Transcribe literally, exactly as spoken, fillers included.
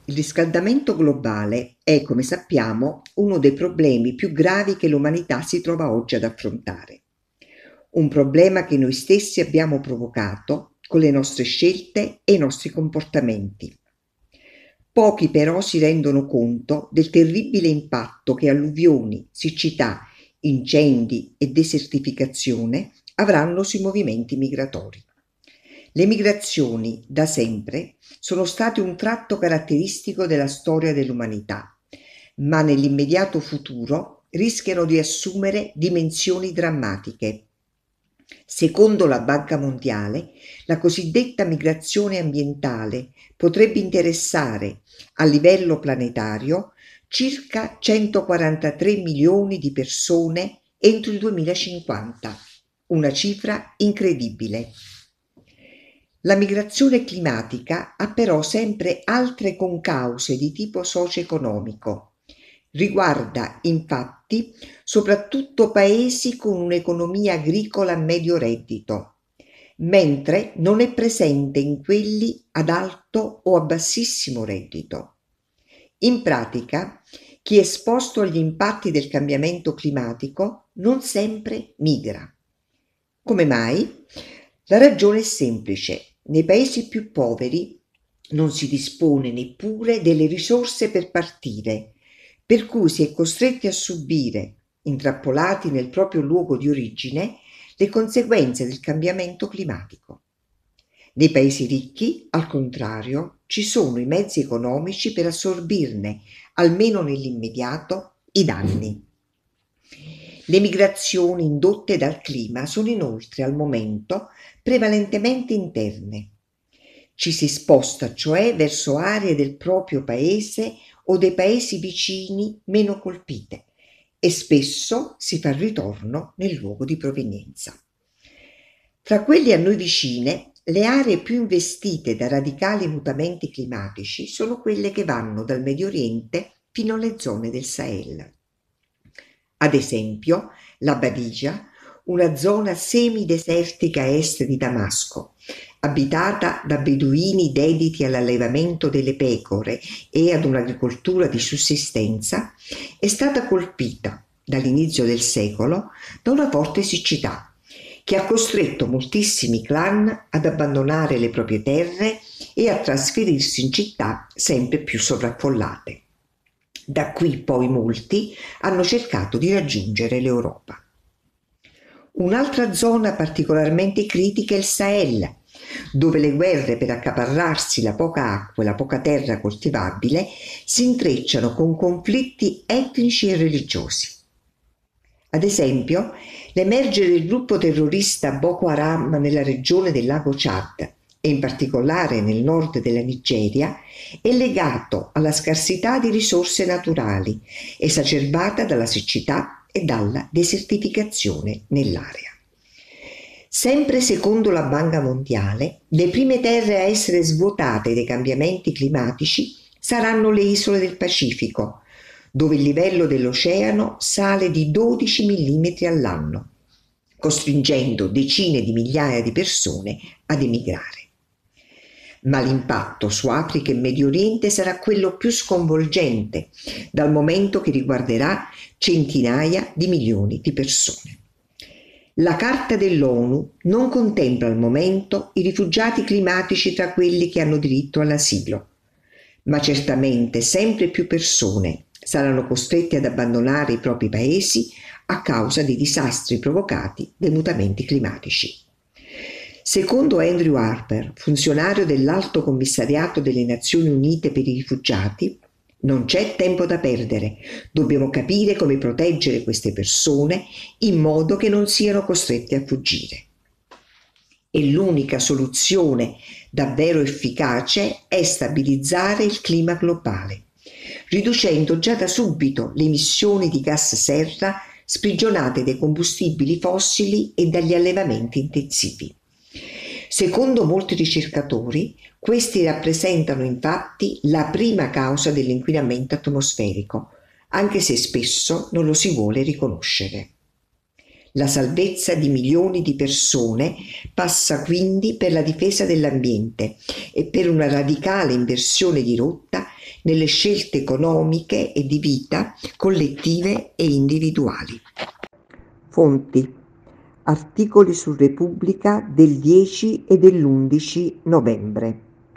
Il riscaldamento globale è, come sappiamo, uno dei problemi più gravi che l'umanità si trova oggi ad affrontare. Un problema che noi stessi abbiamo provocato con le nostre scelte e i nostri comportamenti. Pochi però si rendono conto del terribile impatto che alluvioni, siccità, incendi e desertificazione avranno sui movimenti migratori. Le migrazioni, da sempre, sono state un tratto caratteristico della storia dell'umanità, ma nell'immediato futuro rischiano di assumere dimensioni drammatiche. Secondo la Banca Mondiale, la cosiddetta migrazione ambientale potrebbe interessare, a livello planetario, circa centoquarantatré milioni di persone entro il duemilacinquanta, una cifra incredibile. La migrazione climatica ha però sempre altre concause di tipo socio-economico. Riguarda infatti soprattutto paesi con un'economia agricola a medio reddito, mentre non è presente in quelli ad alto o a bassissimo reddito. In pratica, chi è esposto agli impatti del cambiamento climatico non sempre migra. Come mai? La ragione è semplice. Nei paesi più poveri non si dispone neppure delle risorse per partire, per cui si è costretti a subire, intrappolati nel proprio luogo di origine, le conseguenze del cambiamento climatico. Nei paesi ricchi, al contrario, ci sono i mezzi economici per assorbirne, almeno nell'immediato, i danni. Le migrazioni indotte dal clima sono inoltre al momento prevalentemente interne. Ci si sposta cioè verso aree del proprio paese o dei paesi vicini meno colpite e spesso si fa ritorno nel luogo di provenienza. Tra quelli a noi vicine, le aree più investite da radicali mutamenti climatici sono quelle che vanno dal Medio Oriente fino alle zone del Sahel. Ad esempio, la Badigia, una zona semidesertica a est di Damasco, abitata da beduini dediti all'allevamento delle pecore e ad un'agricoltura di sussistenza, è stata colpita dall'inizio del secolo da una forte siccità che ha costretto moltissimi clan ad abbandonare le proprie terre e a trasferirsi in città sempre più sovraffollate. Da qui poi molti hanno cercato di raggiungere l'Europa. Un'altra zona particolarmente critica è il Sahel, dove le guerre per accaparrarsi la poca acqua e la poca terra coltivabile si intrecciano con conflitti etnici e religiosi. Ad esempio, l'emergere del gruppo terrorista Boko Haram nella regione del lago Chad e in particolare nel nord della Nigeria è legato alla scarsità di risorse naturali, esacerbata dalla siccità e dalla desertificazione nell'area. Sempre secondo la Banca Mondiale, le prime terre a essere svuotate dai cambiamenti climatici saranno le isole del Pacifico, dove il livello dell'oceano sale di dodici millimetri all'anno, costringendo decine di migliaia di persone ad emigrare. Ma l'impatto su Africa e Medio Oriente sarà quello più sconvolgente, dal momento che riguarderà centinaia di milioni di persone. La Carta dell'ONU non contempla al momento i rifugiati climatici tra quelli che hanno diritto all'asilo, ma certamente sempre più persone saranno costrette ad abbandonare i propri paesi a causa dei disastri provocati dai mutamenti climatici. Secondo Andrew Harper, funzionario dell'Alto Commissariato delle Nazioni Unite per i rifugiati, non c'è tempo da perdere, dobbiamo capire come proteggere queste persone in modo che non siano costrette a fuggire. E l'unica soluzione davvero efficace è stabilizzare il clima globale, riducendo già da subito le emissioni di gas serra sprigionate dai combustibili fossili e dagli allevamenti intensivi. Secondo molti ricercatori, questi rappresentano infatti la prima causa dell'inquinamento atmosferico, anche se spesso non lo si vuole riconoscere. La salvezza di milioni di persone passa quindi per la difesa dell'ambiente e per una radicale inversione di rotta nelle scelte economiche e di vita collettive e individuali. Fonti: articoli su Repubblica del dieci e dell'undici novembre.